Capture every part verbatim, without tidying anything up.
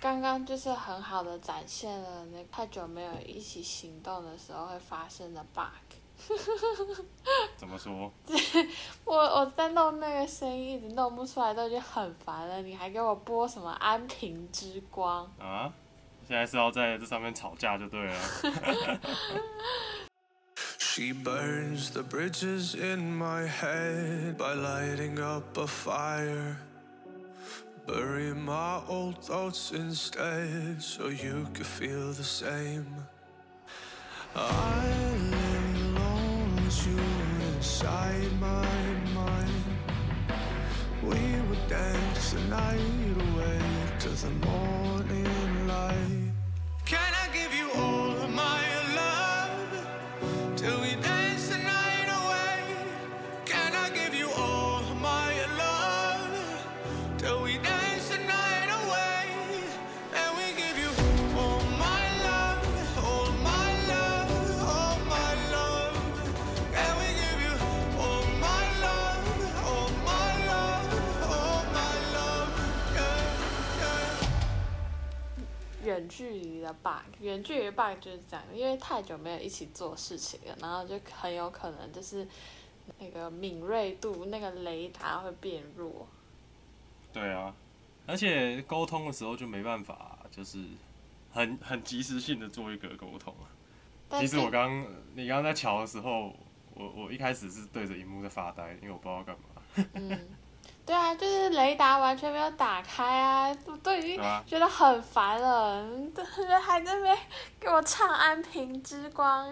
刚刚就是很好的展现了那太久没有一起行动的时候会发生的 bug。 怎么说？ 我我在弄那个声音，一直弄不出来，都已经很烦了。你还给我播什么安平之光啊？现在是要在这上面吵架就对了。She burns the bridges in my head by lighting up a fire. Bury my old thoughts instead so you could feel the same. I lay alone with you inside my mind. We would dance the night away to the morning light. Can I give you all of my love till we dance the night away? Can I give you all of my love till we dance the night away? And we give you all my love, all my love, all my love. And we give you all my love, all my love, all my love. Yeah, yeah. 远距离的 bug， 远距离的 bug 就是这样，因为太久没有一起做事情了，然后就很有可能就是那个敏锐度、那个雷达会变弱。 对啊，而且沟通的时候就没办法，就是很很及时性的做一个沟通啊。其实我刚你刚刚在瞧的时候，我我一开始是对着荧幕在发呆，因为我不知道干嘛。 嗯，对啊，就是雷达完全没有打开啊，我都已经觉得很烦了，还在那边给我唱《安平之光》。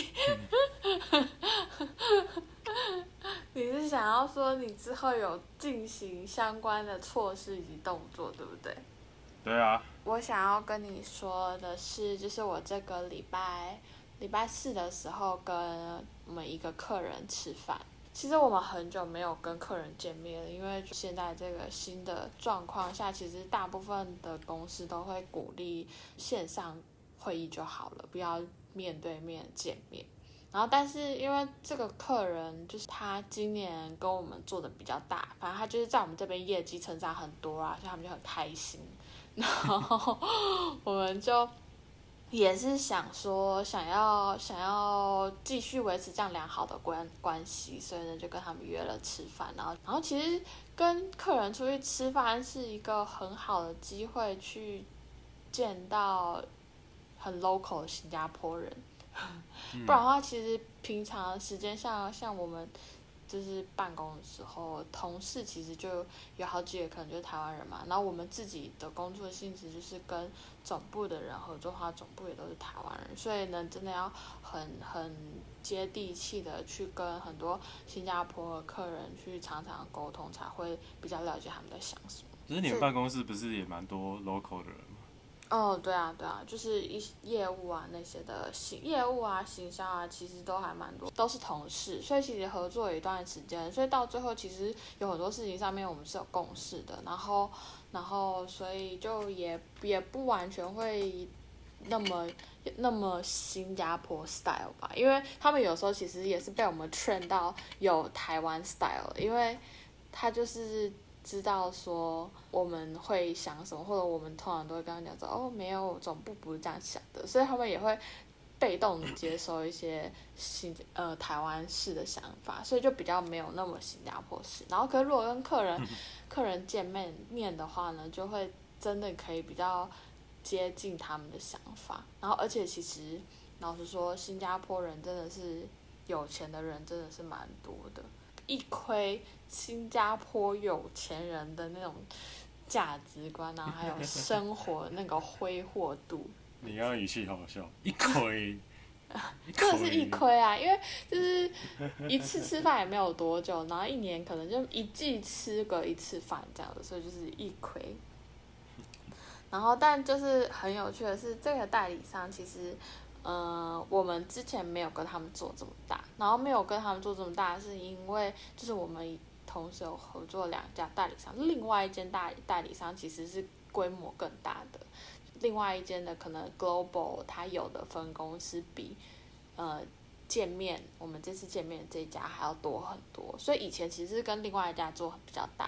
你是想要说你之后有进行相关的措施以及动作，对不对？ 对啊。 我想要跟你说的是，就是我这个礼拜礼拜四的时候跟我们一个客人吃饭。其实我们很久没有跟客人见面了，因为现在这个新的状况下，其实大部分的公司都会鼓励线上会议就好了，不要面对面见面。然后，但是因为这个客人就是他今年跟我们做的比较大，反正他就是在我们这边业绩成长很多啊，所以他们就很开心。然后我们就也是想说，想要想要继续维持这样良好的关关系，所以呢就跟他们约了吃饭。然后，然后其实跟客人出去吃饭是一个很好的机会，去见到很 local 的新加坡人。不然的话，其实平常时间像像我们就是办公的时候，同事其实就有好几个可能就是台湾人嘛，然后我们自己的工作性质就是跟总部的人合作的话，总部也都是台湾人，所以呢，真的要很很接地气的去跟很多新加坡的客人去常常沟通，才会比较了解他们在想什么。 可是你们办公室不是也蛮多 local 的人吗？ 哦，对啊，对啊，就是一业务啊那些的行业务啊、行销啊，其实都还蛮多，都是同事，所以其实合作有一段时间，所以到最后其实有很多事情上面我们是有共识的，然后，然后所以就也也不完全会那么那么新加坡 style 吧，因为他们有时候其实也是被我们 train 到有台湾 style， 因为他就是知道说我们会想什么，或者我们通常都会跟他讲说，哦，没有，总部不是这样想的，所以他们也会被动的接受一些新呃台湾式的想法，所以就比较没有那么新加坡式。然后，可是如果跟客人客人见面面的话呢，就会真的可以比较接近他们的想法。然后，而且其实老实说，新加坡人真的是有钱的人，真的是蛮多的。一窥新加坡有钱人的那种价值观，然后还有生活那个挥霍度。 你刚刚语气好好笑，一窥， 真的是一窥啊！因为就是一次吃饭也没有多久，然后一年可能就一季吃个一次饭这样子，所以就是一窥。然后，但就是很有趣的是，这个代理商其实。呃，我们之前没有跟他们做这么大，然后没有跟他们做这么大，是因为就是我们同时有合作两家代理商，另外一间代代理商其实是规模更大的，另外一间的可能 global 它有的分公司比呃见面我们这次见面这一家还要多很多，所以以前其实是跟另外一家做比较大，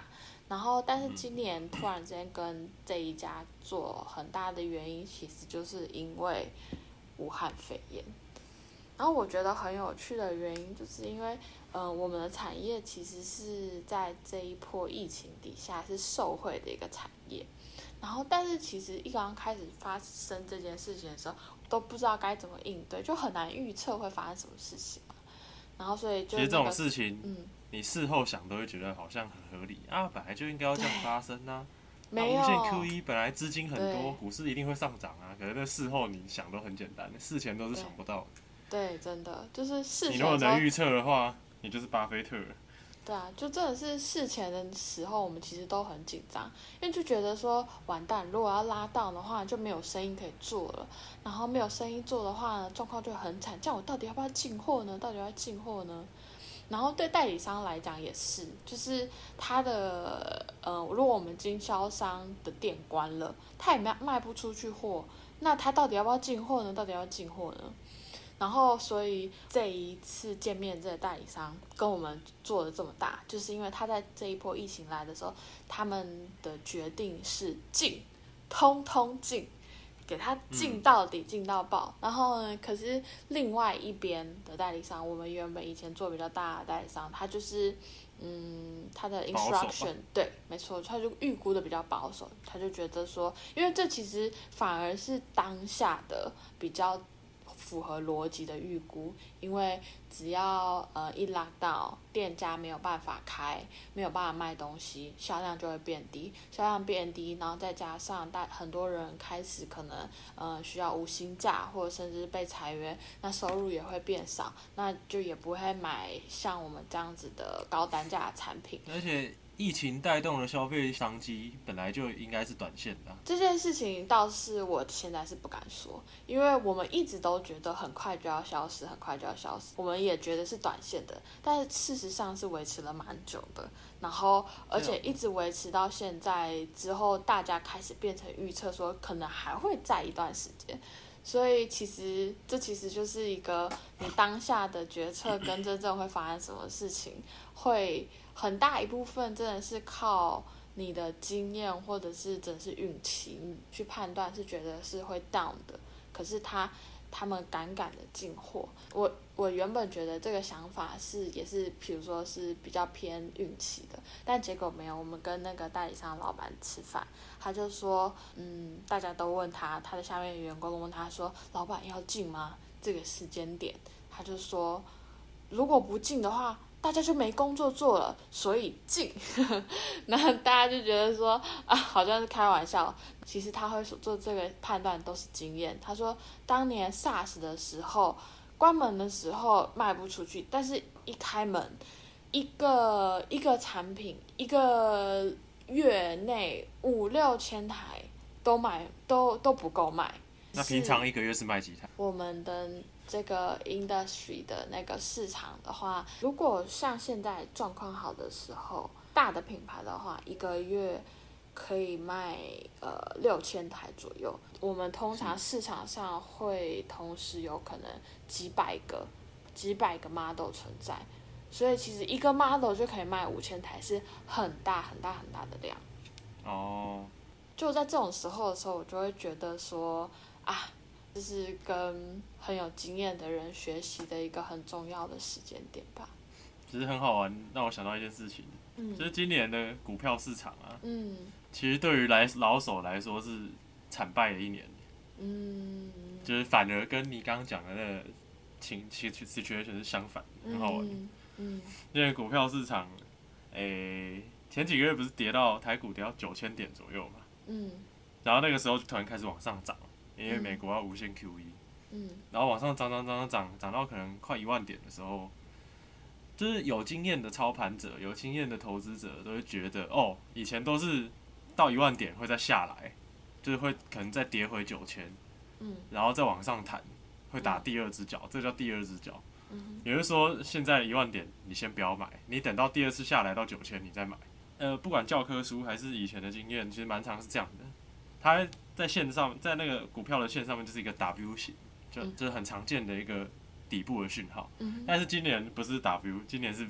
然后，但是今年突然之间跟这一家做很大的原因，其实就是因为武汉肺炎。然后我觉得很有趣的原因，就是因为，嗯、呃，我们的产业其实是在这一波疫情底下是受惠的一个产业。然后，但是其实一刚开始发生这件事情的时候，都不知道该怎么应对，就很难预测会发生什么事情嘛。然后，所以就、那个、 其实这种事情， 嗯。 你事后想都会觉得好像很合理啊，本来就应该要这样发生啊。 没有。 无限 Q E 本来资金很多，股市一定会上涨啊。可是那事后你想都很简单，事前都是想不到的。 对，真的就是事前。 你如果能预测的话，你就是巴菲特了。 对啊，就真的是事前的时候，我们其实都很紧张，因为就觉得说完蛋，如果要拉到的话，就没有生意可以做了。然后没有生意做的话呢，状况就很惨。这样我到底要不要进货呢？到底要不要进货呢？然后对代理商来讲也是，就是他的呃，如果我们经销商的店关了，他也卖卖不出去货，那他到底要不要进货呢？到底要进货呢？然后，所以这一次见面，这个代理商跟我们做的这么大，就是因为他在这一波疫情来的时候，他们的决定是进，通通进，给他进到底，进到爆。然后呢，可是另外一边的代理商，我们原本以前做比较大的代理商，他就是，嗯，他的 instruction 对，没错，他就预估的比较保守，他就觉得说，因为这其实反而是当下的比较符合逻辑的预估，因为只要呃一拉到店家没有办法开，没有办法卖东西，销量就会变低，销量变低，然后再加上大很多人开始可能呃需要无薪假，或者甚至被裁员，那收入也会变少，那就也不会买像我们这样子的高单价的产品， 而且疫情带动的消费商机本来就应该是短线的、啊。 这件事情倒是我现在是不敢说，因为我们一直都觉得很快就要消失，很快就要消失，我们也觉得是短线的，但是事实上是维持了蛮久的，然后而且一直维持到现在之后，大家开始变成预测说可能还会再一段时间。所以其实这其实就是一个你当下的决策跟真正会发生什么事情，会很大一部分真的是靠你的经验或者是真的是运气去判断，是觉得是会 down 的。可是他他们敢敢的进货，我我原本觉得这个想法是也是，比如说是比较偏运气的，但结果没有。我们跟那个代理商老板吃饭，他就说，嗯，大家都问他，他的下面的员工都问他说，老板要进吗？这个时间点，他就说，如果不进的话，大家就没工作做了，所以进。然后大家就觉得说啊，好像是开玩笑。其实他会做这个判断都是经验。他说，当年 SARS 的时候，关门的时候卖不出去，但是一开门，一个一个产品一个月内五六千台都买都都不够卖。 那平常一个月是卖几台？ 我们的这个 industry 的那个市场的话，如果像现在状况好的时候，大的品牌的话，一个月可以卖呃六千台左右。我们通常市场上会同时有可能几百个、几百个 model 存在，所以其实一个 model 就可以卖五千台，是很大很大很大的量。 哦。 就在这种时候的时候，我就会觉得说啊。就是跟很有经验的人学习的一个很重要的时间点吧。 其实很好玩，让我想到一件事情， 嗯、 就是今年的股票市场啊， 嗯、 其实对于来老手来说是惨败的一年， 嗯、 就是反而跟你刚刚讲的那个情情 situation 是相反，很好玩。 嗯嗯、 因为股票市场，诶、欸，前几个月不是跌到台股跌到九千点左右嘛， 嗯， 然后那个时候就突然开始往上涨。因为美国要无限 Q E， 嗯， 然后往上涨涨涨涨涨到可能快一万点的时候，就是有经验的操盘者、有经验的投资者都会觉得，哦，以前都是到一万点会再下来，就是会可能再跌回九千， 嗯， 然后再往上弹，会打第二只脚，这叫第二只脚。 嗯， 也就是说，现在一万点你先不要买，你等到第二次下来到九千你再买。呃，不管教科书还是以前的经验，其实蛮常是这样的。它在线上，在那个股票的线上面就是一个 W 型，就这是很常见的一个底部的讯号。 嗯、 但是今年不是 W， 今年是 V，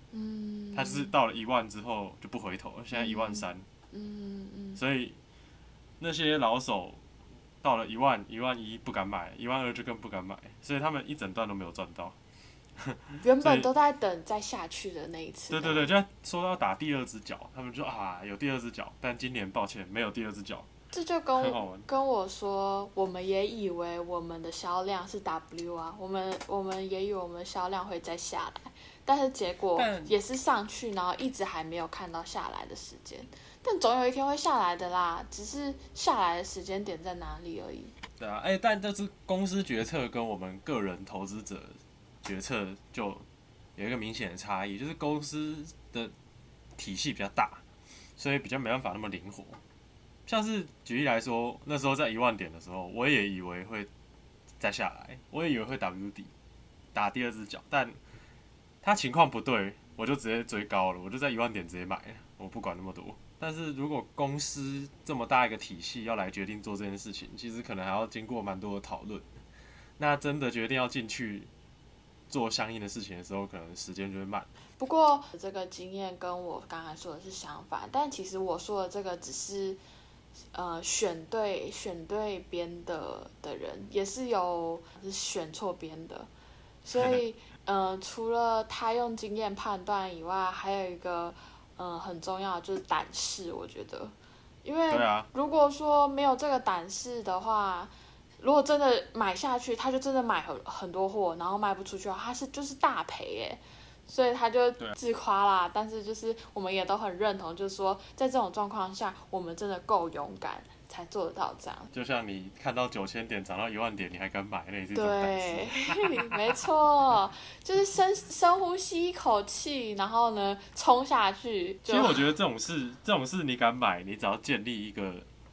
嗯， 他就是到了一万之后就不回头了，现在一万三， 嗯嗯， 所以那些老手到了一万、一万一不敢买，一万二就更不敢买，所以他们一整段都没有赚到。 原本都在等再下去的那一次。 对对对，就说要打第二只脚，他们就啊有第二只脚，但今年抱歉没有第二只脚。 这就跟跟我说，我们也以为我们的销量是 W 啊，我们我们也以为我们销量会再下来，但是结果也是上去，然后一直还没有看到下来的时间。但总有一天会下来的啦，只是下来的时间点在哪里而已。 对啊，哎、欸，但这是公司决策跟我们个人投资者决策就有一个明显的差异，就是公司的体系比较大，所以比较没办法那么灵活。像是举例来说，那时候在一万点的时候，我也以为会再下来，我也以为会 W 底打第二只脚，但他情况不对，我就直接追高了，我就在一万点直接买了，我不管那么多。但是如果公司这么大一个体系要来决定做这件事情，其实可能还要经过蛮多的讨论。那真的决定要进去做相应的事情的时候，可能时间就会慢。 不过这个经验跟我刚才说的是相反，但其实我说的这个只是。呃，选对选对边的的人也是有是选错边的，所以呃，除了他用经验判断以外，还有一个呃很重要的就是胆识，我觉得，因为如果说没有这个胆识的话，如果真的买下去，他就真的买很很多货，然后卖不出去的话，他是就是大赔耶。所以他就自夸啦，但是就是我们也都很认同，就是说在这种状况下，我们真的够勇敢才做得到这样。 就像你看到九千点涨到一万点，你还敢买，那也是一种胆识。 对，没错，就是深深呼吸一口气，然后呢冲下去。 其实我觉得这种事，这种事你敢买，你只要建立一个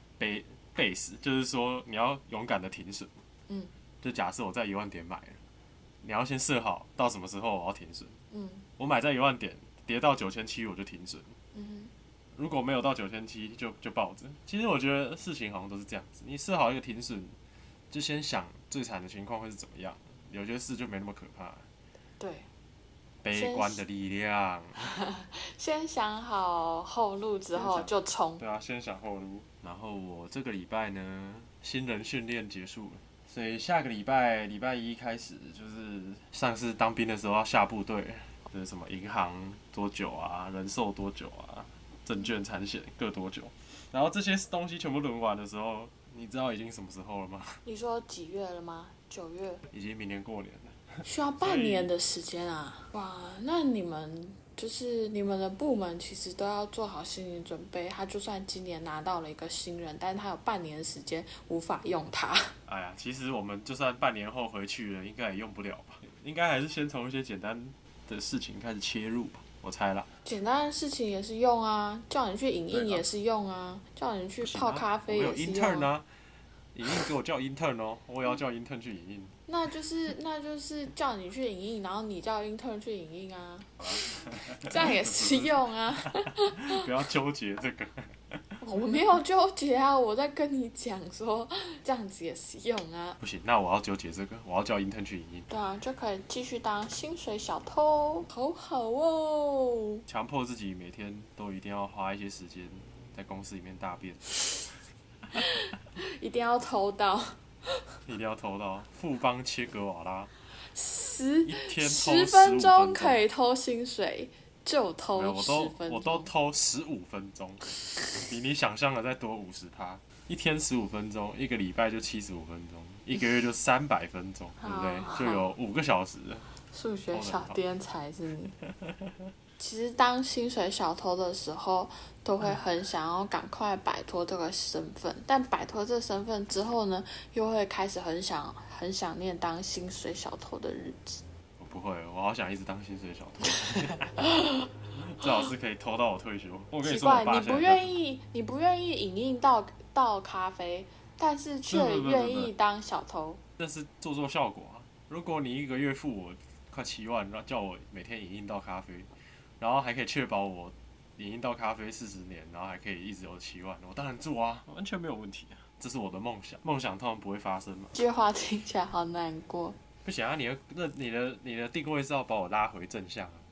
base， 就是说你要勇敢的停损。 嗯。 就假设我在一万点买了，你要先设好到什么时候我要停损。 嗯， 我买在一万点，跌到九千七我就停损。 嗯， 如果没有到九千七就就抱着。其实我觉得事情好像都是这样子，你设好一个停损，就先想最惨的情况会是怎么样，有些事就没那么可怕。 对， 悲观的力量。 先想好后路之后就冲。 对啊，先想后路。然后我这个礼拜呢，新人训练结束了。所以下个礼拜礼拜一开始，就是上次当兵的时候要下部队，就是什么银行多久啊，人寿多久啊，证券产险各多久，然后这些东西全部轮完的时候，你知道已经什么时候了吗？ 你说几月了吗？九月。 已经明年过年了。 需要半年的时间啊！哇，那你们就是你们的部门其实都要做好心理准备，他就算今年拿到了一个新人，但是他有半年的时间无法用他。 哎呀，其实我们就算半年后回去了，应该也用不了吧？应该还是先从一些简单的事情开始切入吧，我猜啦。 简单的事情也是用啊，叫你去影印也是用啊，叫你去泡咖啡也是用。 我有 intern 啊，影印给我叫 intern 哦，我也要叫 intern 去影印。 那就是那就是叫你去影印，然后你叫 intern 去影印啊，这样也是用啊。 不要纠结这个。 我没有纠结啊，我在跟你讲说这样子也是用啊。 不行，那我要纠结这个，我要叫 intern 去影印。 对啊，就可以继续当薪水小偷，好好哦。 强迫自己每天都一定要花一些时间在公司里面大便。 一定要偷到。 一定要偷到富邦切格瓦拉， 十一天十分钟可以偷薪水，就偷十分钟。 我都偷十五分钟，比你想象的再多五十趴。一天十五分钟，一个礼拜就七十五分钟，一个月就三百分钟，对不对？就有五个小时。 数学小天才是你。其实当薪水小偷的时候，都会很想要赶快摆脱这个身份，但摆脱这个身份之后呢，又会开始很想很想念当薪水小偷的日子。 我不会，我好想一直当薪水小偷，最好是可以偷到我退休。我跟你说， 奇怪，你不愿意，你不愿意影印到倒咖啡，但是却愿意当小偷。 但是做做效果啊！如果你一个月付我快七万，然后叫我每天影印到咖啡。然后还可以确保我影印到咖啡四十年，然后还可以一直有七万，我当然做啊，完全没有问题啊，这是我的梦想，梦想通常不会发生嘛。 这句话听起来好难过。 不行啊，你的那你的你的定位是要把我拉回正向啊，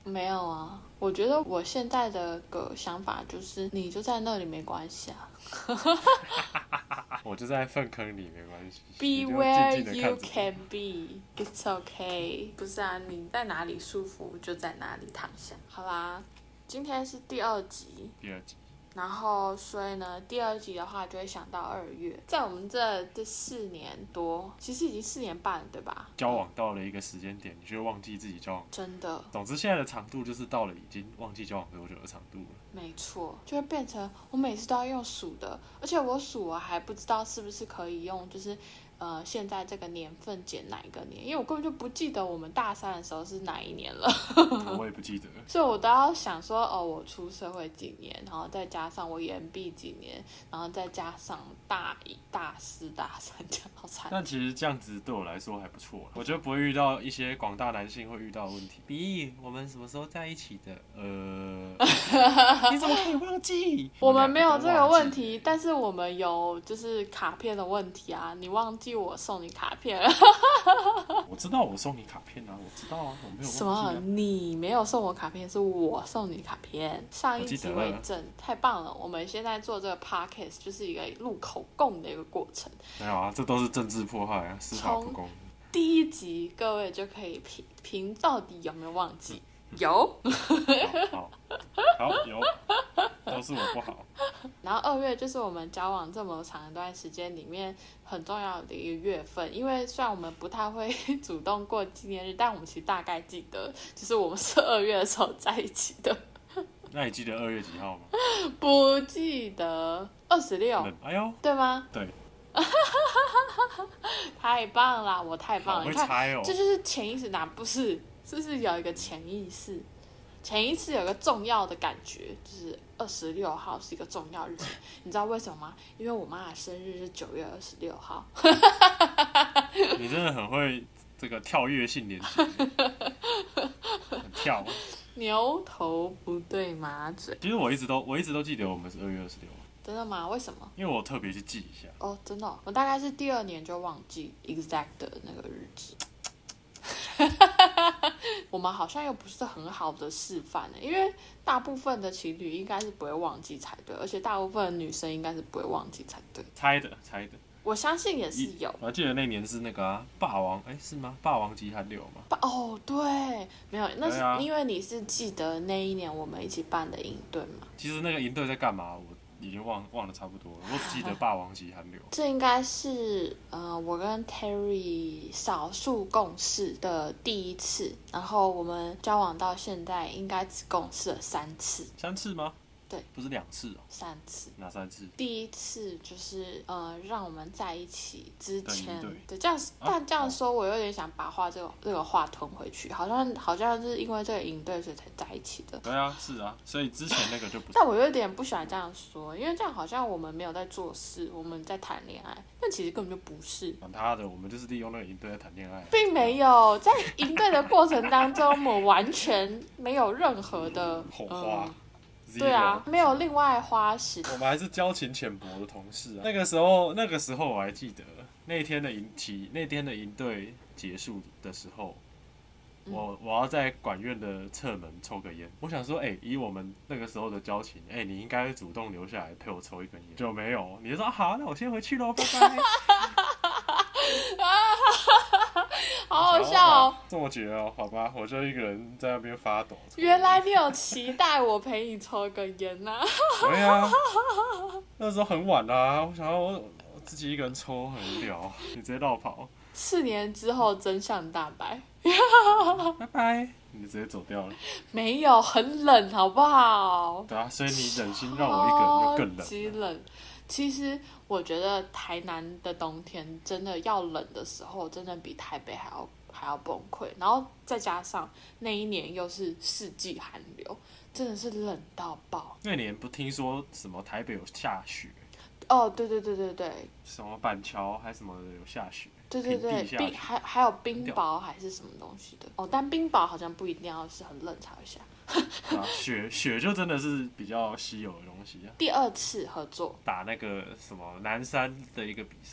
没有啊，我觉得我现在的个想法就是，你就在那里没关系啊。 我就在粪坑里没关系。 Be where you can be, it's okay。不是啊，你在哪里舒服就在哪里躺下。好啦，今天是第二集。 第二集。 然后，所以呢，第二集的话就会想到二月，在我们这这四年多，其实已经四年半了，对吧？ 交往到了一个时间点，你就会忘记自己交往。 真的。 总之，现在的长度就是到了已经忘记交往多久的长度了。 没错，就会变成我每次都要用数的，而且我数我还不知道是不是可以用，就是呃现在这个年份减哪一个年，因为我根本就不记得我们大三的时候是哪一年了。 我也不记得。 所以我都要想说，哦，我出社会几年，然后再加上我延毕几年，然后再加上大一、大四、大三，这样好惨。 但其实这样子对我来说还不错，我觉得不会遇到一些广大男性会遇到的问题。比我们什么时候在一起的？呃，你怎么可以忘记？ 我们没有这个问题，但是我们有就是卡片的问题啊！你忘记我送你卡片了。 我知道我送你卡片啊，我知道啊，我没有忘记啊。 什么？你没有送我卡片，是我送你卡片。上一集为证，太棒了！我们现在做这个 podcast 就是一个录口供的一个过程。 没有啊，这都是政治迫害啊，司法不公。 第一集各位就可以评评到底有没有忘记。有。 好，好有，都是我不好。 然后二月就是我们交往这么长一段时间里面很重要的一个月份，因为虽然我们不太会主动过纪念日，但我们其实大概记得，就是我们是二月的时候在一起的。 那你记得二月几号吗？ 不记得，二十六。 哎呦， 对吗？ 对。 太棒了，我太棒了！ 你看， 这就是潜意识，哪不是？是不是有一个潜意识？潜意识有一个重要的感觉，就是二十六号是一个重要日期。你知道为什么吗？因为我妈的生日是九月二十六号。 你真的很会这个跳跃性连接，很跳。 牛头不对马嘴。 其实我一直都我一直都记得我们是二月二十六。 真的吗？为什么？ 因为我特别去记一下。 哦，真的、哦，我大概是第二年就忘记 exact 的那个日子。我们好像又不是很好的示范呢，因为大部分的情侣应该是不会忘记才对，而且大部分的女生应该是不会忘记才对。 猜的，猜的。 我相信也是有。 我还记得那年是那个啊，霸王，哎、欸、是吗？霸王级寒流吗？ 哦，对，没有，那是因为你是记得那一年我们一起办的营队嘛。 其实那个营队在干嘛？我已经忘忘了差不多了，我只记得霸王级寒流。 这应该是呃我跟 Terry 少数共事的第一次，然后我们交往到现在应该只共事了三次。 三次吗？ 对， 不是两次哦。 三次。 哪三次？ 第一次就是呃让我们在一起之前， 对， 对这样， 啊、 但这样说我有点想把话这个这个话吞回去，好像好像是因为这个营队所以才在一起的。 对啊，是啊，所以之前那个就不是。 但我有点不喜欢这样说，因为这样好像我们没有在做事，我们在谈恋爱，但其实根本就不是。 管他的，我们就是利用那个营队在谈恋爱。 并没有，在营队的过程当中，我们完全没有任何的火花。嗯对啊，没有另外花时。 我们还是交情浅薄的同事啊。那个时候，那个时候我还记得，那天的营期，那天的营队结束的时候， 嗯、 我我要在管院的侧门抽个烟。我想说，哎、欸，以我们那个时候的交情，哎、欸，你应该主动留下来陪我抽一根烟。就没有，你就说好，那我先回去喽，拜拜。 好好笑哦！ 这么绝哦，好吧，我就一个人在那边发抖。 原来你有期待我陪你抽个烟呐、啊？ 对啊，那时候很晚啦、啊，我想要我自己一个人抽很无聊，你直接绕跑。 四年之后真相大白， 拜拜，你直接走掉了。 没有，很冷，好不好？ 对啊，所以你忍心让我一个人就更冷。 超级冷。其实我觉得台南的冬天真的要冷的时候，真的比台北还要还要崩溃。然后再加上那一年又是世纪寒流，真的是冷到爆。 那年不听说什么台北有下雪？ 哦，对对对对对。 什么板桥还什么的有下雪？ 对对对，冰还还有冰雹还是什么东西的哦，但冰雹好像不一定要是很冷才会下。 啊，雪雪就真的是比较稀有的东西啊。 第二次合作打那个什么南山的一个比赛嘛。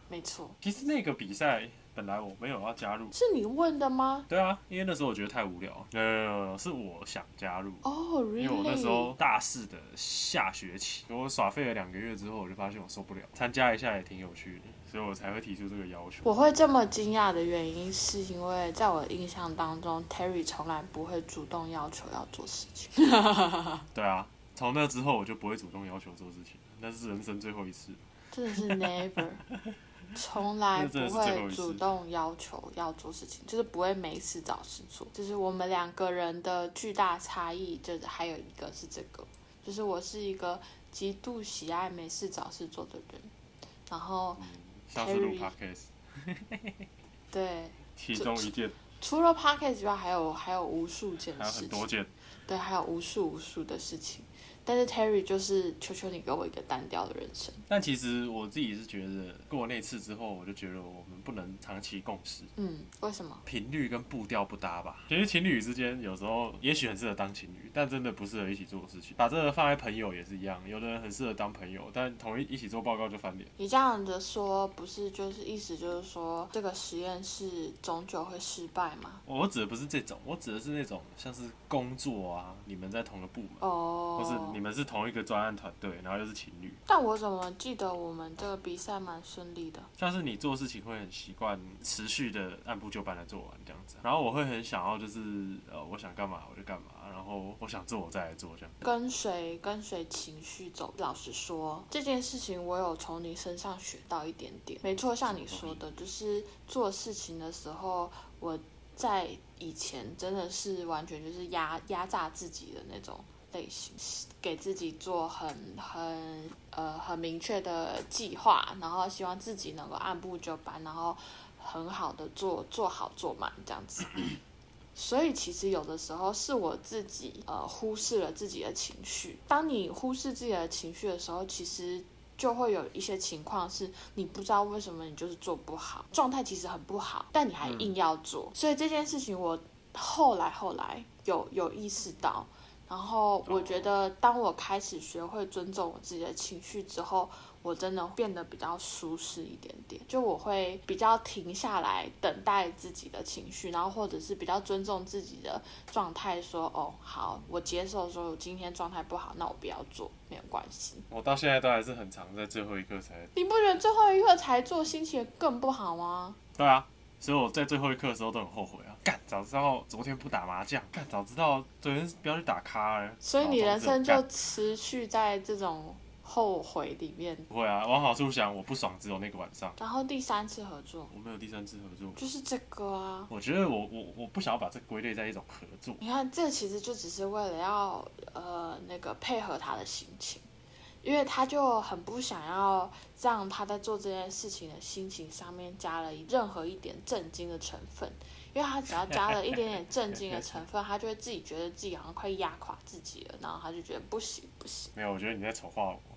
没错。 其实那个比赛本来我没有要加入。 是你问的吗？ 对啊，因为那时候我觉得太无聊。呃，是我想加入。 哦、oh, really？ 因为我那时候大四的下学期，我耍废了两个月之后，我就发现我受不了，参加一下也挺有趣的，所以我才会提出这个要求。 我会这么惊讶的原因，是因为在我的印象当中 ，Terry 从来不会主动要求要做事情。 对啊，从那之后我就不会主动要求做事情，那是人生最后一次。 真的是 never。从来不会主动要求要做事情，就是不会没事找事做。就是我们两个人的巨大差异，就是还有一个是这个，就是我是一个极度喜爱没事找事做的人，然后、 嗯、像是录 podcast， 对， 其中一件。 除了 podcast 以外，还有还有无数件事情， 还有很多件， 对，还有无数无数的事情。但是 Terry 就是求求你给我一个单调的人生。 但其实我自己是觉得，过那次之后，我就觉得我们不能长期共事。 嗯，为什么？ 频率跟步调不搭吧。其实情侣之间有时候也许很适合当情侣，但真的不适合一起做的事情。把这个放在朋友也是一样，有的人很适合当朋友，但同一一起做报告就翻脸。 你这样的说，不是就是意思就是说，这个实验室终究会失败吗？ 我指的不是这种，我指的是那种像是工作啊，你们在同一个部门， 哦， 或是你们是同一个专案团队，然后又是情侣。 但我怎么记得我们这个比赛蛮顺利的？ 像是你做事情会很习惯持续的按部就班的做完这样子，然后我会很想要就是呃，我想干嘛我就干嘛，然后我想做我再来做这样。 跟随跟随情绪走。老实说，这件事情我有从你身上学到一点点。没错，像你说的，就是做事情的时候，我在以前真的是完全就是压压榨自己的那种类型，给自己做很很呃很明确的计划，然后希望自己能够按部就班，然后很好的做做好做满这样子。所以其实有的时候是我自己呃忽视了自己的情绪。当你忽视自己的情绪的时候，其实就会有一些情况是你不知道为什么你就是做不好，状态其实很不好，但你还硬要做。嗯、所以这件事情我后来后来有有意识到。然后我觉得，当我开始学会尊重我自己的情绪之后，我真的变得比较舒适一点点。就我会比较停下来，等待自己的情绪，然后或者是比较尊重自己的状态，说哦，好，我接受说我今天状态不好，那我不要做，没有关系。 我到现在都还是很常在最后一刻才。 你不觉得最后一刻才做，心情更不好吗？ 对啊。所以我在最后一刻的时候都很后悔啊！干，早知道昨天不打麻将，干，早知道昨天不要去打咖了。 所以你人生就持续在这种后悔里面。 不会啊，往好处想，我不爽只有那个晚上。 然后第三次合作， 我没有第三次合作， 就是这个啊。 我觉得我我我不想要把这归类在一种合作。 你看，这其实就只是为了要呃那个配合他的心情。因为他就很不想要让他在做这件事情的心情上面加了任何一点震惊的成分，因为他只要加了一点点震惊的成分，他就会自己觉得自己好像快压垮自己了，然后他就觉得不行不行。 没有，我觉得你在丑化我，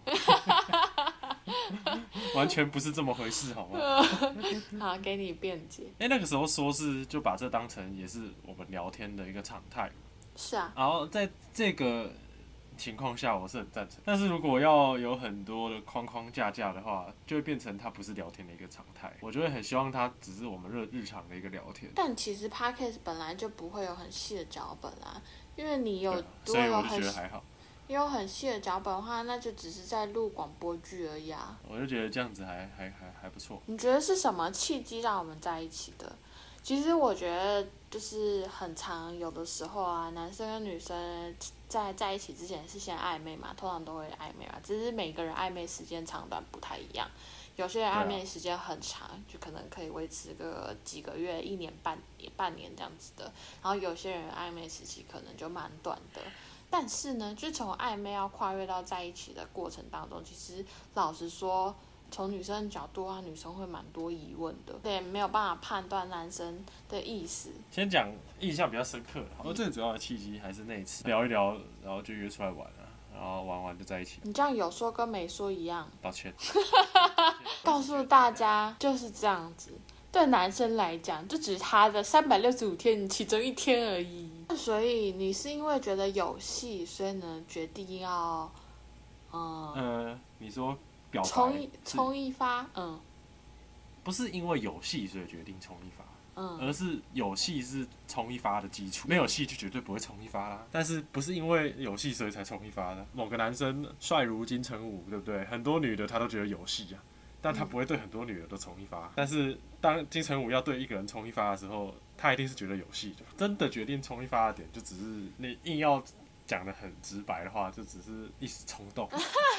完全不是这么回事，好吗？ 好，给你辩解。 哎、欸，那个时候说是就把这当成也是我们聊天的一个常态。 是啊。 然后在这个情况下我是很赞成，但是如果要有很多的框框架架的话，就会变成它不是聊天的一个常态。我就会很希望它只是我们日日常的一个聊天。 但其实 podcast 本来就不会有很细的脚本啊，因为你有如果有很你有很细的脚本的话，那就只是在录广播剧而已啊。 我就觉得这样子还还还还不错。 你觉得是什么契机让我们在一起的？其实我觉得就是很常有的时候啊，男生跟女生在在一起之前是先暧昧嘛，通常都会暧昧嘛，只是每个人暧昧时间长短不太一样。有些人暧昧时间很长，就可能可以维持个几个月、一年半年、半年这样子的。然后有些人暧昧时期可能就蛮短的。但是呢，就从暧昧要跨越到在一起的过程当中，其实老实说，从女生的角度啊，女生会蛮多疑问的，对，没有办法判断男生的意思。 先讲印象比较深刻的，然后最主要的契机还是那一次聊一聊，然后就约出来玩了，然后玩完就在一起。 你这样有说跟没说一样。 抱歉。 告诉大家就是这样子，对男生来讲，这只是他的三百六十五天其中一天而已。所以你是因为觉得有戏，所以呢决定要，嗯、 呃，你说表白， 冲一冲一发，嗯， 不是因为有戏所以决定冲一发。 嗯， 而是有戏是冲一发的基础，没有戏就绝对不会冲一发啦。但是不是因为有戏所以才冲一发的？某个男生帅如金城武，对不对？很多女的他都觉得有戏啊，但他不会对很多女的都冲一发。但是当金城武要对一个人冲一发的时候，他一定是觉得有戏的。真的决定冲一发的点，就只是你硬要讲得很直白的话，就只是一时冲动。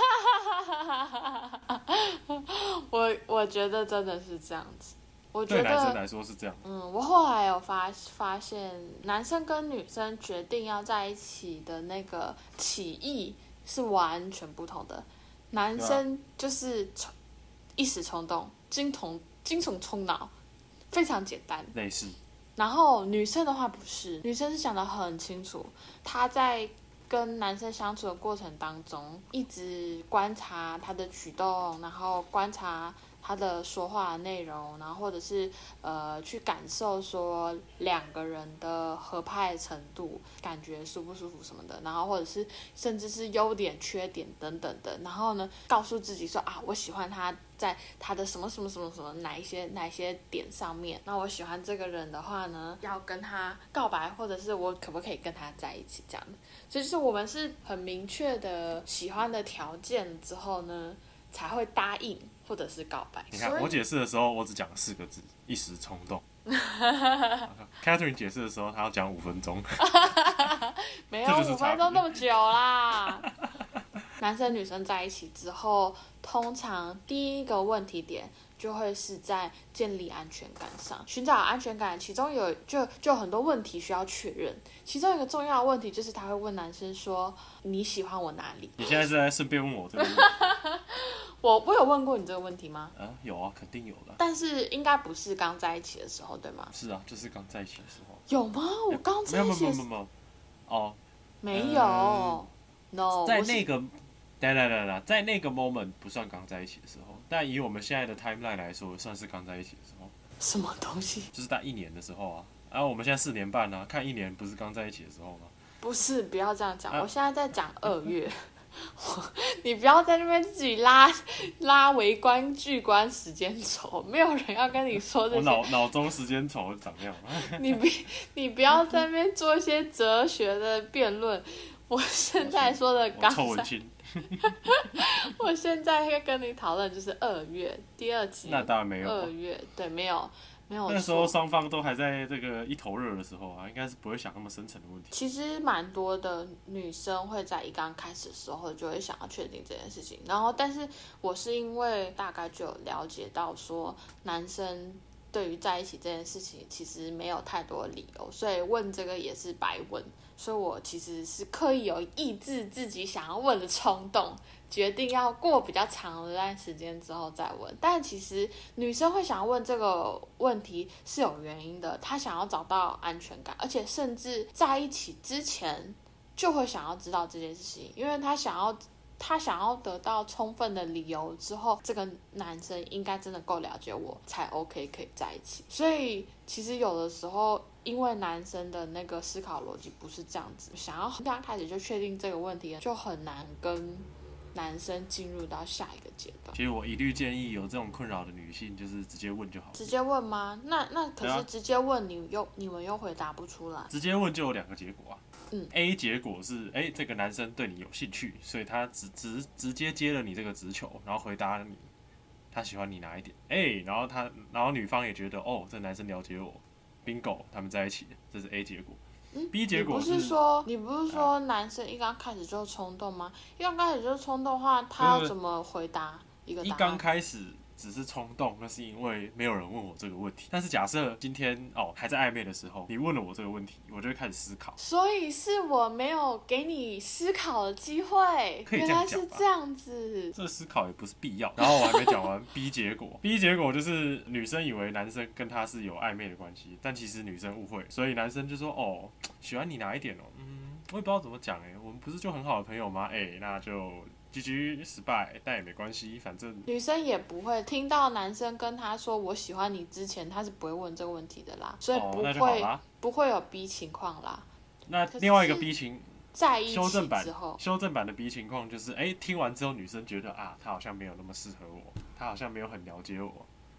我我觉得真的是这样子。我觉得对男生来说是这样。 嗯，我后来有发发现，男生跟女生决定要在一起的那个起意是完全不同的。男生就是一时冲动，精虫精虫冲脑，非常简单。 类似。 然后女生的话不是，女生是想得很清楚，她在跟男生相处的过程当中，一直观察他的举动，然后观察他的说话的内容，然后或者是呃去感受说两个人的合拍程度，感觉舒不舒服什么的，然后或者是甚至是优点、缺点等等的，然后呢告诉自己说啊，我喜欢他在他的什么什么什么什么哪一些哪一些点上面，那我喜欢这个人的话呢，要跟他告白，或者是我可不可以跟他在一起这样的，所以就是我们是很明确的喜欢的条件之后呢，才会答应或者是告白。 你看我解释的时候，我只讲了四个字，一时冲动。Catherine 解释的时候，她要讲五分钟。 没有五分钟那么久啦。男生女生在一起之后，通常第一个问题点就会是在建立安全感上，寻找安全感，其中有就就有很多问题需要确认。其中一个重要的问题就是他会问男生说：“你喜欢我哪里？” 你现在是在顺便问我这个问题？ 我我有问过你这个问题吗？ 啊，有啊，肯定有的。 但是应该不是刚在一起的时候，对吗？ 是啊，就是刚在一起的时候。 有吗？我刚在一起的时候。 没有没有没有没有。哦。 没有。呃、no。 在那个。来来来来，在那个 moment 不算刚在一起的时候，但以我们现在的 timeline 来说，算是刚在一起的时候。 什么东西？ 就是在一年的时候啊，然后、啊、我们现在四年半啊，看一年不是刚在一起的时候吗？ 不是，不要这样讲、啊，我现在在讲二月。你不要在那边自己拉拉微观、巨观时间轴，没有人要跟你说这些。 我脑脑中时间轴长那样。 你不，你不要在那边做一些哲学的辩论。我现在说的刚才。我现在会跟你讨论就是二月第二集。 那当然没有。 二月对，没有没有。 那时候双方都还在这个一头热的时候啊，应该是不会想那么深层的问题。 其实蛮多的女生会在一刚开始的时候就会想要确定这件事情，然后但是我是因为大概就有了解到说男生对于在一起这件事情其实没有太多理由，所以问这个也是白问。所以我其实是刻意有抑制自己想要问的冲动，决定要过比较长的一段时间之后再问。但其实女生会想要问这个问题是有原因的，她想要找到安全感，而且甚至在一起之前就会想要知道这件事情，因为她想要她想要得到充分的理由之后，这个男生应该真的够了解我才 OK 可以在一起。所以其实有的时候因为男生的那个思考逻辑不是这样子，想要刚开始就确定这个问题，就很难跟男生进入到下一个阶段。 其实我一律建议有这种困扰的女性，就是直接问就好了。 直接问吗？那那可是直接问你又、啊、你们又回答不出来。 直接问就有两个结果啊。 嗯 A 结果是，哎、欸，这个男生对你有兴趣，所以他直直直接接了你这个直球，然后回答你他喜欢你哪一点，哎、欸，然后他然后女方也觉得，哦，这个男生了解我 ，bingo， 他们在一起，这是 A 结果。 嗯、 B 结果是你不是说你不是说男生一刚开始就冲动吗？一刚开始就冲动的话，他要怎么回答一个答案？ 一刚开始只是冲动，那是因为没有人问我这个问题。但是假设今天哦还在暧昧的时候，你问了我这个问题，我就会开始思考。 所以是我没有给你思考的机会， 可以这样讲吧？ 原来是这样子。 这思考也不是必要。然后我还没讲完 B 结果 ，B 结果就是女生以为男生跟她是有暧昧的关系，但其实女生误会，所以男生就说哦喜欢你哪一点哦，嗯，我也不知道怎么讲哎，我们不是就很好的朋友吗？哎，那就。G G 失败，但也没关系，反正女生也不会听到男生跟她说我喜欢你之前，她是不会问这个问题的啦，所以不会、哦、不会有 B 情况啦。 那另外一个 B 情在一起修正版之后， 修正版的 B 情况就是，哎、欸，听完之后女生觉得啊，他好像没有那么适合我，他好像没有很了解我，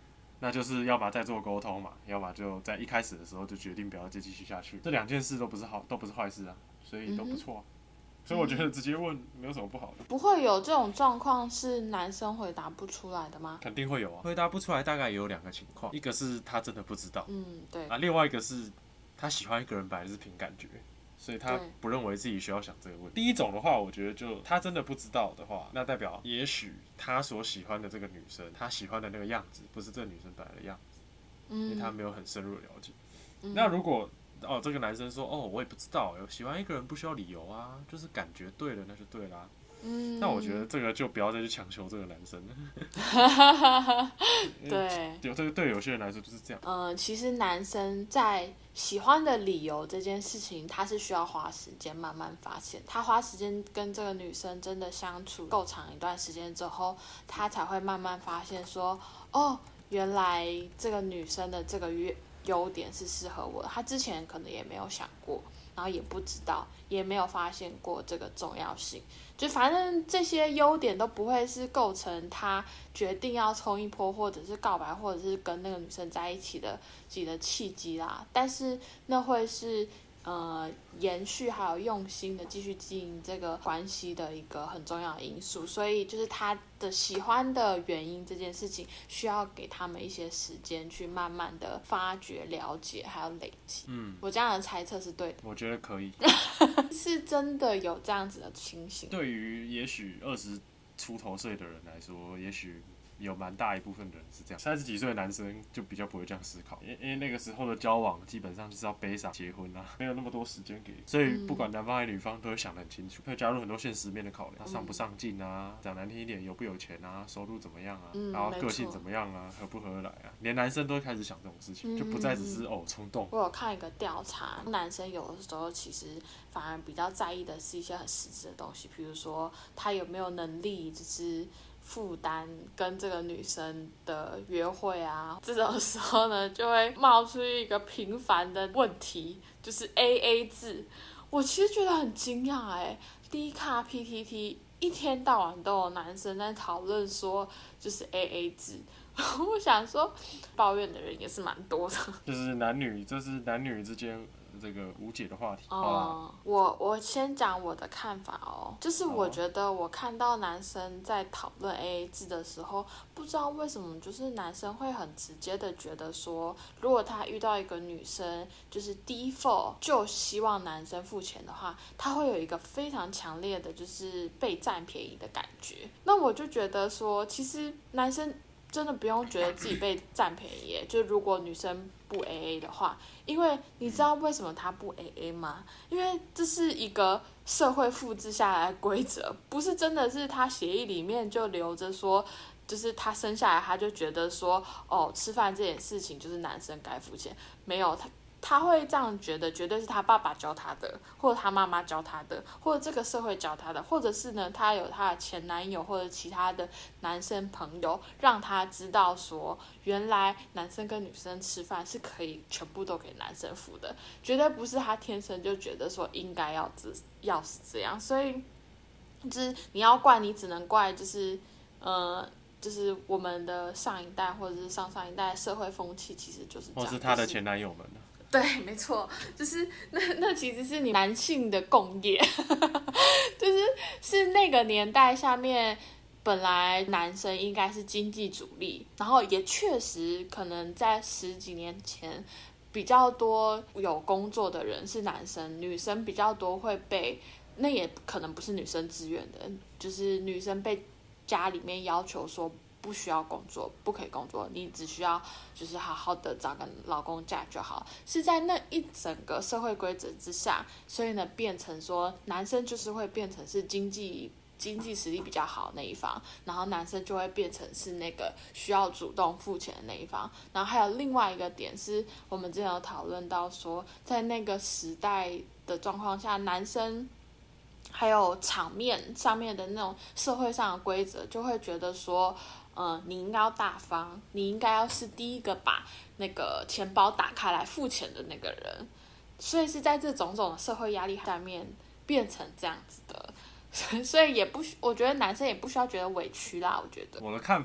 那就是要么再做沟通嘛，要么就在一开始的时候就决定不要再继续下去。这两件事都不是好，都不是坏事啊，所以都不错、啊。嗯、所以我觉得直接问没有什么不好的。 不会有这种状况是男生回答不出来的吗？ 肯定会有啊，回答不出来大概也有两个情况，一个是他真的不知道， 嗯，对啊，另外一个是他喜欢一个人本来是凭感觉。所以他不认为自己需要想这个问题。第一种的话，我觉得就他真的不知道的话，那代表也许他所喜欢的这个女生，他喜欢的那个样子，不是这个女生本来的样子，嗯、因为他没有很深入的了解。嗯、那如果哦，这个男生说哦，我也不知道，喜欢一个人不需要理由啊，就是感觉对了，那就对啦。嗯，那我觉得这个就不要再去强求这个男生了。对，有这个对有些人来说就是这样。 嗯、呃，其实男生在喜欢的理由这件事情，他是需要花时间慢慢发现。他花时间跟这个女生真的相处够长一段时间之后，他才会慢慢发现说，哦，原来这个女生的这个优点是适合我的。他之前可能也没有想过。然后也不知道，也没有发现过这个重要性，就反正这些优点都不会是构成他决定要冲一波，或者是告白，或者是跟那个女生在一起的自己的契机啦。但是那会是呃延续还有用心的继续经营这个关系的一个很重要的因素，所以就是他的喜欢的原因这件事情，需要给他们一些时间去慢慢的发掘、了解还有累积。嗯，我这样的猜测是对的。 我觉得可以， 是真的有这样子的情形。 对于也许二十出头岁的人来说，也许。有蛮大一部分的人是这样，三十几岁的男生就比较不会这样思考，因因为那个时候的交往基本上就是要悲伤结婚啊，没有那么多时间给，所以不管男方还是女方都会想得很清楚，会加入很多现实面的考量，他上不上进啊，讲难听一点有不有钱啊，收入怎么样啊，嗯、然后个性怎么样啊，合不合得来啊，连男生都会开始想这种事情，嗯、就不再只是哦冲动。 我有看一个调查，男生有的时候其实反而比较在意的是一些很实质的东西，比如说他有没有能力，就是负担跟这个女生的约会啊，这种时候呢，就会冒出一个频繁的问题，就是 A A 制。我其实觉得很惊讶哎 ，D 卡 P T T 一天到晚都有男生在讨论说，就是 A A 制。我想说，抱怨的人也是蛮多的。 就是男女，这是男女之间。这个无解的话题。 哦、嗯，我我先讲我的看法哦，就是我觉得我看到男生在讨论 A A 制的时候，不知道为什么，就是男生会很直接的觉得说，如果他遇到一个女生，就是 default 就希望男生付钱的话，他会有一个非常强烈的就是被占便宜的感觉。那我就觉得说，其实男生真的不用觉得自己被占便宜耶，就如果女生不 A A 的话，因为你知道为什么他不 A A 吗？因为这是一个社会复制下来的规则，不是真的是他协议里面就留着说，就是他生下来他就觉得说，哦，吃饭这件事情就是男生该付钱，没有他。他会这样觉得，绝对是他爸爸教他的，或者他妈妈教他的，或者这个社会教他的，或者是呢，他有他的前男友或者其他的男生朋友，让他知道说，原来男生跟女生吃饭是可以全部都给男生付的，绝对不是他天生就觉得说应该要这要是这样，所以就是你要怪，你只能怪就是呃。就是我们的上一代或者是上上一代社会风气其实就是这样， 或是他的前男友们。 对，没错，就是那那其实是你男性的共业，就是是那个年代下面，本来男生应该是经济主力，然后也确实可能在十几年前比较多有工作的人是男生，女生比较多会被，那也可能不是女生自愿的，就是女生被家里面要求说不需要工作，不可以工作，你只需要就是好好的找个老公嫁就好。是在那一整个社会规则之下，所以呢变成说男生就是会变成是经济经济实力比较好的那一方，然后男生就会变成是那个需要主动付钱的那一方。然后还有另外一个点是我们之前有讨论到说，在那个时代的状况下，男生还有场面上面的那种社会上的规则，就会觉得说，呃，你应该要大方，你应该要是第一个把那个钱包打开来付钱的那个人，所以是在这种种的社会压力下面变成这样子的，所以也不，我觉得男生也不需要觉得委屈啦，我觉得。 我的看法嘛，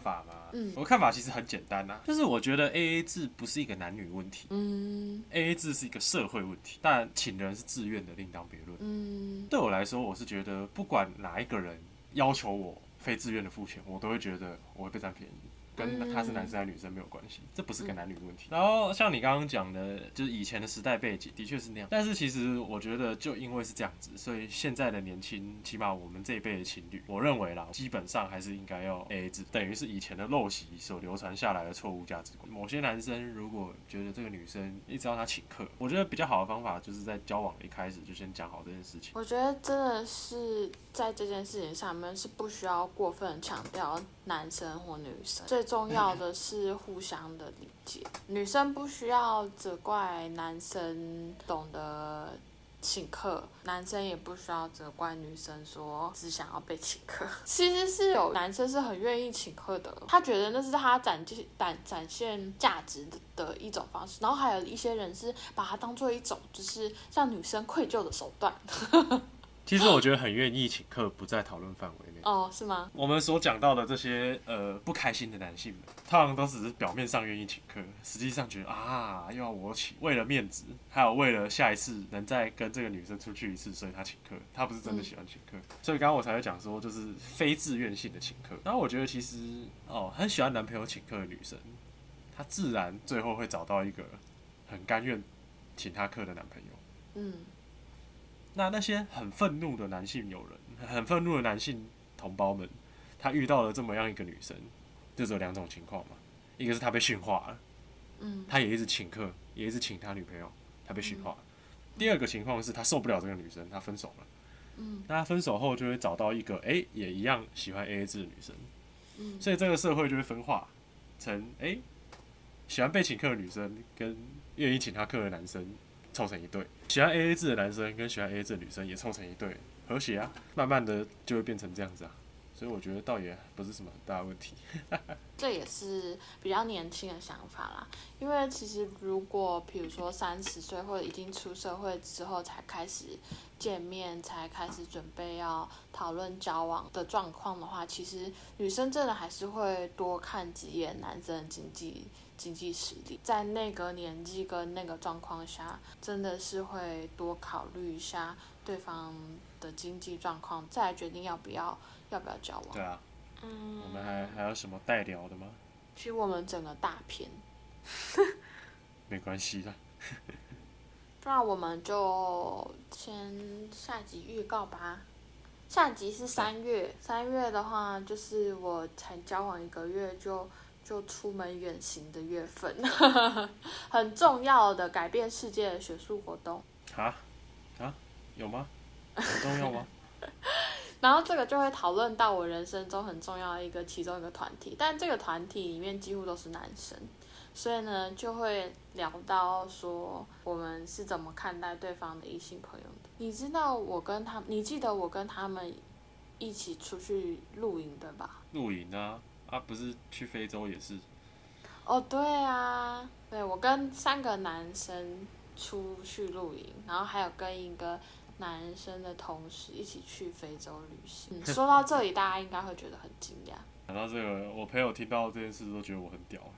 嗯， 我的看法其实很简单啊，就是我觉得 A A 制不是一个男女问题， 嗯 ，A A 制是一个社会问题，但请人是自愿的，另当别论。 嗯， 对我来说，我是觉得不管哪一个人要求我非自愿的付钱，我都会觉得我会被占便宜。跟他是男生还是女生没有关系，这不是个男女问题。然后像你刚刚讲的，就是以前的时代背景的确是那样，但是其实我觉得就因为是这样子，所以现在的年轻，起码我们这一辈的情侣，我认为啦，基本上还是应该要 A A 制，等于是以前的陋习所流传下来的错误价值观。某些男生如果觉得这个女生一直要他请客，我觉得比较好的方法就是在交往的一开始就先讲好这件事情。 我觉得真的是在这件事情上面是不需要过分强调男生或女生，最重要的是互相的理解。女生不需要责怪男生懂得请客，男生也不需要责怪女生说只想要被请客。其实是有男生是很愿意请客的，他觉得那是他展现展展现价值的的一种方式。然后还有一些人是把它当做一种就是让女生愧疚的手段。 其实我觉得很愿意请客不在讨论范围内。 哦，是吗？ 我们所讲到的这些呃不开心的男性们，通常都只是表面上愿意请客，实际上觉得啊又要我请，为了面子，还有为了下一次能再跟这个女生出去一次，所以他请客，他不是真的喜欢请客。嗯、所以刚刚我才会讲说，就是非自愿性的请客。然后我觉得其实哦，很喜欢男朋友请客的女生，她自然最后会找到一个很甘愿请她客的男朋友。 嗯。 那那些很愤怒的男性友人，很愤怒的男性同胞们，他遇到了这么样一个女生，就只有两种情况嘛，一个是他被驯化了， 嗯， 他也一直请客，也一直请他女朋友，他被驯化了。嗯、第二个情况是他受不了这个女生，他分手了。 嗯， 那他分手后就会找到一个哎、欸、也一样喜欢 A A 制的女生， 嗯， 所以这个社会就会分化成哎、欸、喜欢被请客的女生跟愿意请他客的男生。凑成一对，喜欢 A A 制的男生跟喜欢 A A 制的女生也凑成一对，和谐啊，慢慢的就会变成这样子啊，所以我觉得倒也不是什么很大的问题。 这也是比较年轻的想法啦，因为其实如果比如说三十岁或者已经出社会之后才开始见面，才开始准备要讨论交往的状况的话，其实女生真的还是会多看几眼男生的经济。经济实力，在那个年纪跟那个状况下，真的是会多考虑一下对方的经济状况，再来决定要不要要不要交往。 对啊， 嗯， 我们还还有什么待聊的吗？ 其实我们整个大片， 没关系啦。 不然我们就先下集预告吧。下集是三月，三月的话就是我才交往一个月就。就出门远行的月份，很重要的改变世界的学术活动。 啊啊，有吗？很重要吗？ 然后这个就会讨论到我人生中很重要的一个其中一个团体，但这个团体里面几乎都是男生，所以呢就会聊到说我们是怎么看待对方的异性朋友的。你知道我跟他，你记得我跟他们一起出去露营对吧？ 露营啊。啊，不是去非洲也是。 哦，对啊，对我跟三个男生出去露营，然后还有跟一个男生的同事一起去非洲旅行。嗯、说到这里，大家应该会觉得很惊讶。 讲到这个，我朋友听到这件事都觉得我很屌。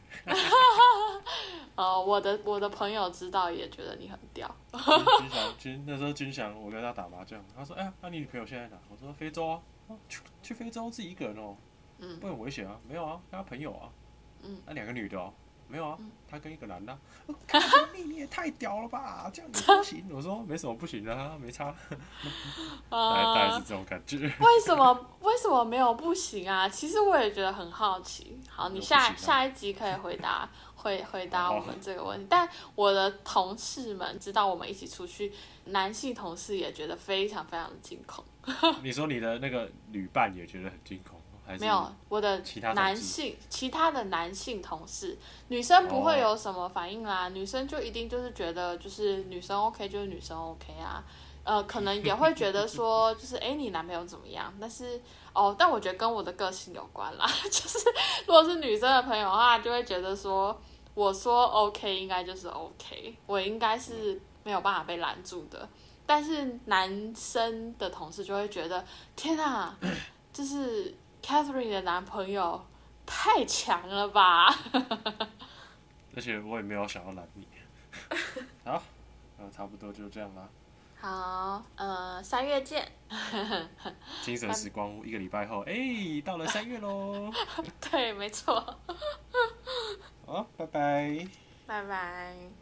哦，我的我的朋友知道也觉得你很屌。 军翔军那时候军翔，我跟他打麻将，他说：“哎、欸、呀，那、啊、你女朋友现在哪？”我说：“非洲啊，啊去去非洲自己一个人哦。”嗯，不很危险啊？没有啊，跟他朋友啊。嗯，那、啊、两个女的哦，没有啊，嗯、他跟一个男的、啊。看你你也太屌了吧，这样子不行。我说没什么不行的啊，没差。大概大概是这种感觉。 为什么为什么没有不行啊？其实我也觉得很好奇。好，你下、啊、下一集可以回答回回答我们这个问题。但我的同事们知道我们一起出去，男性同事也觉得非常非常的惊恐。 你说你的那个旅伴也觉得很惊恐？ 没有，我的男性其他的男性同事，女生不会有什么反应啦。哦、女生就一定就是觉得，就是女生 OK 就是女生 OK 啊。呃，可能也会觉得说，就是哎、欸，你男朋友怎么样？但是哦，但我觉得跟我的个性有关啦。就是如果是女生的朋友的话，就会觉得说，我说 OK 应该就是 OK， 我应该是没有办法被拦住的。但是男生的同事就会觉得，天啊，就是。Catherine 的男朋友太强了吧！ 而且我也没有想要拦你。好，那差不多就这样啦。 好，呃，三月见。 精神时光屋一个礼拜后，哎、欸，到了三月喽。 对，没错。 好，拜拜。 拜拜。